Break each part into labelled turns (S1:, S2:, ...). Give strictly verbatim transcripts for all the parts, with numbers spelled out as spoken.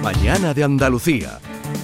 S1: mañana de Andalucía.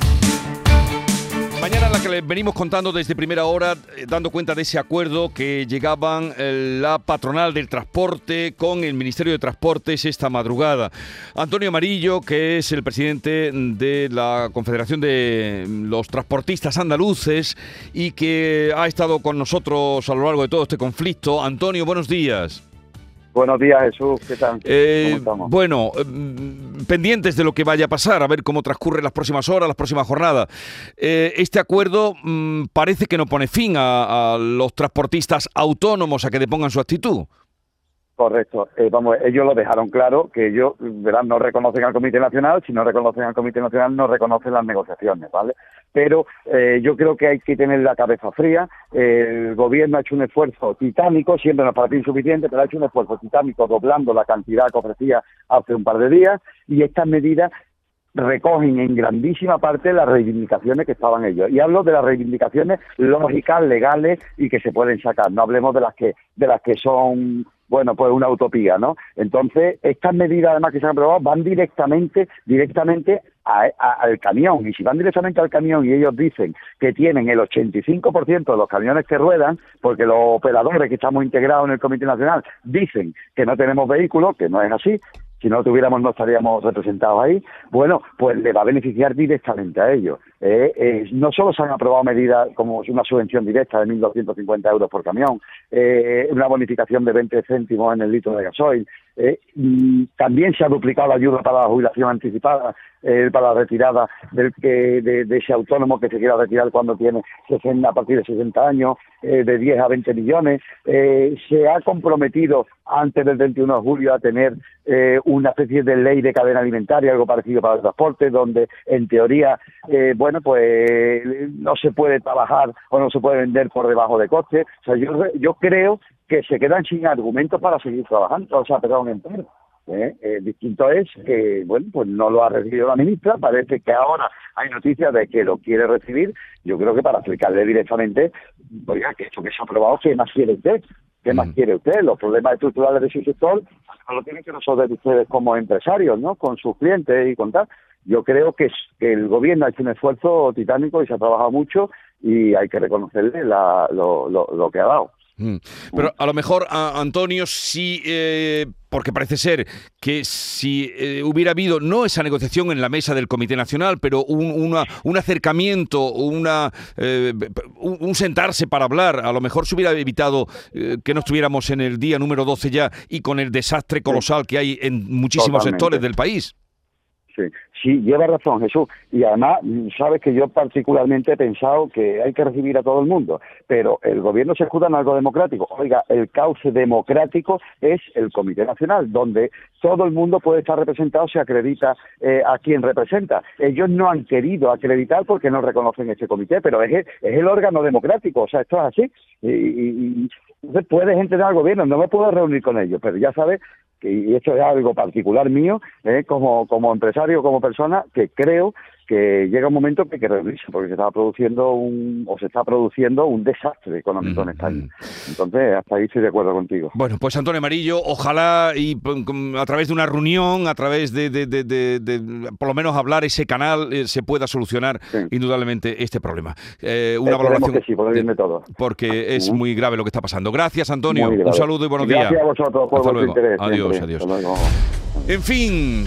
S2: Mañana en la que les venimos contando desde primera hora, eh, dando cuenta de ese acuerdo que llegaban eh, la patronal del transporte con el Ministerio de Transportes esta madrugada. Antonio Amarillo, que es el presidente de la Confederación de los Transportistas Andaluces y que ha estado con nosotros a lo largo de todo este conflicto. Antonio, buenos días.
S3: Buenos días, Jesús. ¿Qué tal?
S2: Eh, bueno, eh, pendientes de lo que vaya a pasar, a ver cómo transcurren las próximas horas, las próximas jornadas. Eh, este acuerdo mmm, parece que no pone fin a, a los transportistas autónomos a que depongan su actitud.
S3: Correcto. Eh, vamos, ellos lo dejaron claro, que ellos, verán, no reconocen al Comité Nacional. Si no reconocen al Comité Nacional, no reconocen las negociaciones, ¿vale? Pero eh, yo creo que hay que tener la cabeza fría. Eh, el gobierno ha hecho un esfuerzo titánico, siempre nos parece insuficiente, pero ha hecho un esfuerzo titánico doblando la cantidad que ofrecía hace un par de días, y estas medidas recogen en grandísima parte las reivindicaciones que estaban ellos. Y hablo de las reivindicaciones lógicas, legales y que se pueden sacar. No hablemos de las que de las que son, bueno, pues una utopía, ¿no? Entonces, estas medidas, además, que se han aprobado, van directamente, directamente a, a, al camión. Y si van directamente al camión y ellos dicen que tienen el ochenta y cinco por ciento de los camiones que ruedan, porque los operadores que estamos integrados en el Comité Nacional dicen que no tenemos vehículos, que no es así, si no lo tuviéramos no estaríamos representados ahí, bueno, pues le va a beneficiar directamente a ellos. Eh, eh, no solo se han aprobado medidas como una subvención directa de mil doscientos cincuenta euros por camión, eh, una bonificación de veinte céntimos en el litro de gasoil, eh, también se ha duplicado la ayuda para la jubilación anticipada, eh, para la retirada del que de, de ese autónomo que se quiera retirar cuando tiene sesenta, a partir de sesenta años, eh, de diez a veinte millones. Eh, se ha comprometido antes del veintiuno de julio a tener eh, una especie de ley de cadena alimentaria, algo parecido para el transporte, donde en teoría, eh, bueno, pues no se puede trabajar o no se puede vender por debajo de coste. O sea, yo, yo creo que se quedan sin argumentos para seguir trabajando, o sea, perdón, entero. ¿Eh? Eh, distinto es que, bueno, pues no lo ha recibido la ministra. Parece que ahora hay noticias de que lo quiere recibir. Yo creo que para explicarle directamente, oiga, que esto que se ha aprobado, ¿qué más quiere usted? ¿Qué más quiere usted? Los problemas estructurales de su sector no lo tienen que resolver ustedes como empresarios, ¿no? Con sus clientes y con tal. Yo creo que, que el gobierno ha hecho un esfuerzo titánico y se ha trabajado mucho, y hay que reconocerle la, lo, lo, lo que ha dado.
S2: Mm. Pero a lo mejor, a Antonio, sí, eh, porque parece ser que si eh, hubiera habido, no esa negociación en la mesa del Comité Nacional, pero un, una, un acercamiento, una, eh, un, un sentarse para hablar, a lo mejor se hubiera evitado eh, que no estuviéramos en el día número doce ya y con el desastre colosal que hay en muchísimos Totalmente. sectores del país.
S3: Sí, sí, lleva razón, Jesús. Y además, sabes que yo particularmente he pensado que hay que recibir a todo el mundo, pero el gobierno se escuda en algo democrático. Oiga, el cauce democrático es el Comité Nacional, donde todo el mundo puede estar representado, se acredita eh, a quien representa. Ellos no han querido acreditar porque no reconocen este comité, pero es el, es el órgano democrático, o sea, esto es así. Y, y, y entonces puedes entender al gobierno, no me puedo reunir con ellos, pero ya sabes, y esto es algo particular mío, eh, como, como empresario, como persona, que creo que llega un momento que hay que reunirse, porque se está produciendo un, o se está produciendo un desastre económico mm, en España. Mm. Entonces, hasta ahí estoy de acuerdo contigo.
S2: Bueno, pues Antonio Amarillo, ojalá y a través de una reunión, a través de, de, de, de, de por lo menos hablar ese canal, eh, se pueda solucionar sí. indudablemente este problema. Eh, una
S3: Esperemos
S2: valoración
S3: que sí, por el de todo.
S2: Porque es muy grave lo que está pasando. Gracias, Antonio. Un saludo y buenos
S3: Gracias
S2: días.
S3: Gracias a vosotros por
S2: Hasta
S3: vuestro
S2: luego.
S3: interés.
S2: Adiós,
S3: siempre.
S2: adiós. En fin...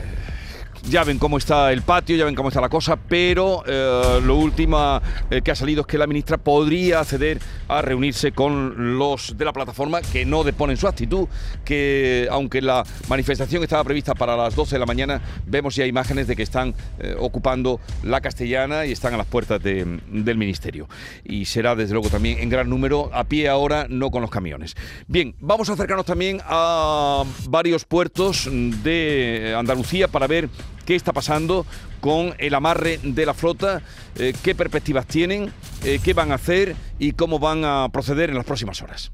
S2: Ya ven cómo está el patio, ya ven cómo está la cosa, pero eh, lo último eh, que ha salido es que la ministra podría acceder a reunirse con los de la plataforma, que no deponen su actitud, que aunque la manifestación estaba prevista para las doce de la mañana, vemos ya imágenes de que están eh, ocupando la Castellana y están a las puertas de, del Ministerio. Y será desde luego también en gran número, a pie ahora, no con los camiones. Bien, vamos a acercarnos también a varios puertos de Andalucía para ver qué está pasando con el amarre de la flota, eh, qué perspectivas tienen, eh, qué van a hacer y cómo van a proceder en las próximas horas.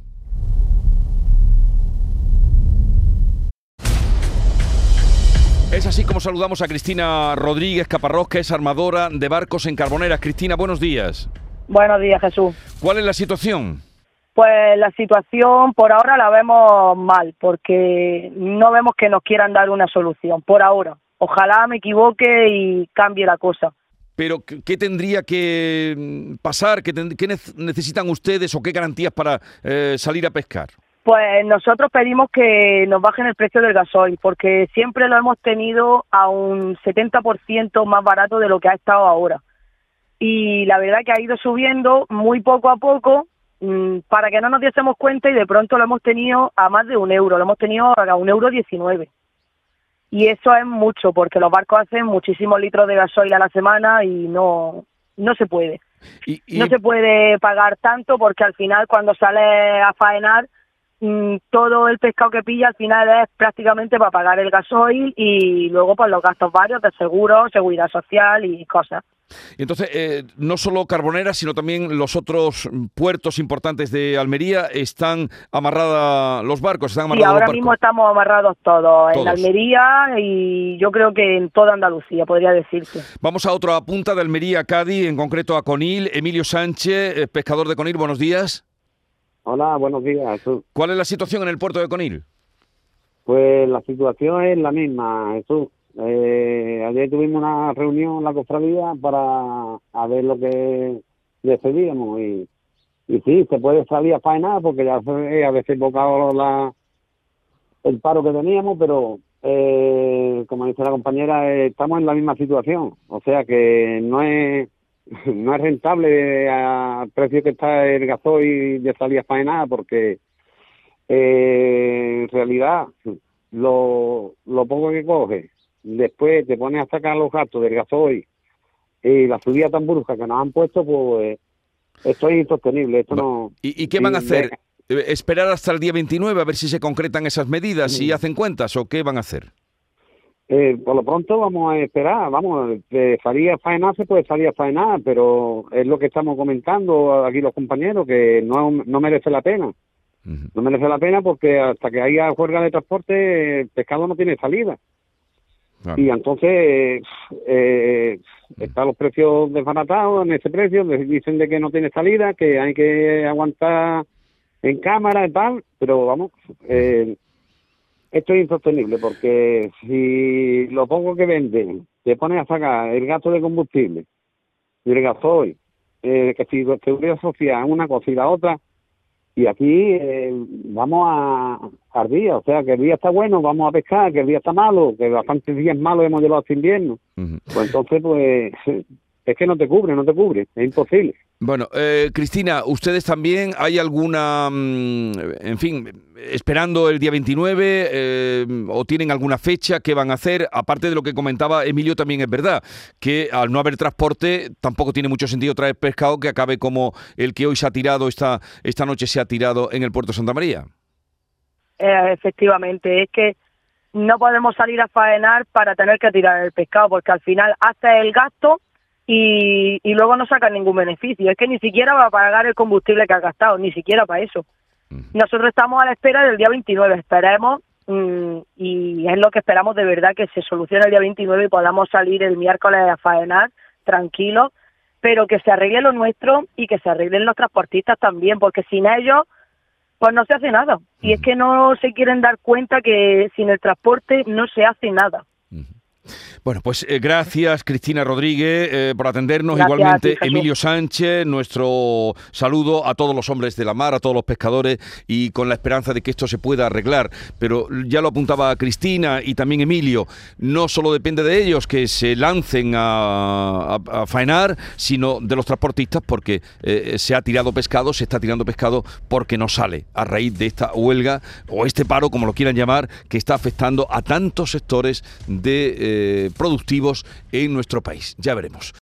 S2: Es así como saludamos a Cristina Rodríguez Caparrós, que es armadora de barcos en Carboneras. Cristina, buenos días.
S4: Buenos días, Jesús.
S2: ¿Cuál es la situación?
S4: Pues la situación por ahora la vemos mal, porque no vemos que nos quieran dar una solución, por ahora. ojalá me equivoque y cambie la cosa.
S2: Pero, ¿qué, qué tendría que pasar? ¿Qué, ten, qué necesitan ustedes o qué garantías para eh, salir a pescar?
S4: Pues nosotros pedimos que nos bajen el precio del gasoil, porque siempre lo hemos tenido a un setenta por ciento más barato de lo que ha estado ahora. Y la verdad que ha ido subiendo muy poco a poco, mmm, para que no nos diésemos cuenta, y de pronto lo hemos tenido a más de un euro, lo hemos tenido a un euro diecinueve. Y eso es mucho, porque los barcos hacen muchísimos litros de gasoil a la semana y no, no se puede. Y, y... No se puede pagar tanto, porque al final cuando sales a faenar, todo el pescado que pilla al final es prácticamente para pagar el gasoil y luego pues los gastos varios de seguro, seguridad social y cosas.
S2: Y entonces, eh, no solo Carbonera, sino también los otros puertos importantes de Almería están amarrados los barcos, están amarrados
S4: y ahora
S2: los barcos.
S4: mismo estamos amarrados todos, todos, en Almería y yo creo que en toda Andalucía, podría decirse.
S2: Vamos a otra punta de Almería, Cádiz, en concreto a Conil. Emilio Sánchez, pescador de Conil, buenos días.
S1: Hola, buenos días, Jesús.
S2: ¿Cuál es la situación en el puerto de Conil?
S1: Pues la situación es la misma, Jesús. Eh, ayer tuvimos una reunión en la cofradía para a ver lo que decidíamos y, y sí, se puede salir a faenar porque ya se ha desembocado la, el paro que teníamos, pero eh, como dice la compañera, eh, estamos en la misma situación. O sea que no es... no es rentable al precio que está el gasoil de salir a faenar porque eh, en realidad lo, lo poco que coge después te pones a sacar los gastos del gasoil y la subida tan brusca que nos han puesto, pues esto es insostenible. Esto no.
S2: ¿Y, y qué van a hacer? ¿Esperar hasta el día veintinueve a ver si se concretan esas medidas, si hacen cuentas o qué van a hacer?
S1: Eh, por lo pronto vamos a esperar, vamos, de salir a faenar se puede salir a faenar, pero es lo que estamos comentando aquí los compañeros, que no, no merece la pena. Uh-huh. No merece la pena porque hasta que haya huelga de transporte, el pescado no tiene salida. Claro. Y entonces eh, están los precios desbaratados en ese precio, dicen de que no tiene salida, que hay que aguantar en cámara y tal, pero vamos... Eh, Esto es insostenible porque si lo poco que venden te pones a sacar el gasto de combustible y el gasoil, eh, que si la seguridad social una cosa y la otra, y aquí eh, vamos a, al día, o sea que el día está bueno, vamos a pescar, que el día está malo, que bastantes días malos hemos llevado este invierno. Uh-huh. Pues entonces pues es que no te cubre, no te cubre, es imposible.
S2: Bueno, eh, Cristina, ¿ustedes también hay alguna, en fin, esperando el día veintinueve eh, o tienen alguna fecha que van a hacer? Aparte de lo que comentaba Emilio, también es verdad que al no haber transporte tampoco tiene mucho sentido traer pescado que acabe como el que hoy se ha tirado, esta, esta noche se ha tirado en el puerto de Santa María.
S4: Eh, efectivamente, es que no podemos salir a faenar para tener que tirar el pescado porque al final haces el gasto Y, y luego no sacan ningún beneficio. Es que ni siquiera va a pagar el combustible que ha gastado, ni siquiera para eso. Uh-huh. Nosotros estamos a la espera del día veintinueve, esperemos, mmm, y es lo que esperamos de verdad, que se solucione el día veintinueve y podamos salir el miércoles a faenar tranquilos, pero que se arregle lo nuestro y que se arreglen los transportistas también, porque sin ellos pues no se hace nada. Uh-huh. Y es que no se quieren dar cuenta que sin el transporte no se hace nada.
S2: Uh-huh. Bueno, pues eh, gracias Cristina Rodríguez eh, por atendernos,
S4: gracias,
S2: igualmente
S4: sí,
S2: Emilio Sánchez, nuestro saludo a todos los hombres de la mar, a todos los pescadores y con la esperanza de que esto se pueda arreglar, pero ya lo apuntaba Cristina y también Emilio, no solo depende de ellos que se lancen a, a, a faenar, sino de los transportistas porque eh, se ha tirado pescado, se está tirando pescado porque no sale a raíz de esta huelga o este paro, como lo quieran llamar, que está afectando a tantos sectores de... Eh, productivos en nuestro país. Ya veremos.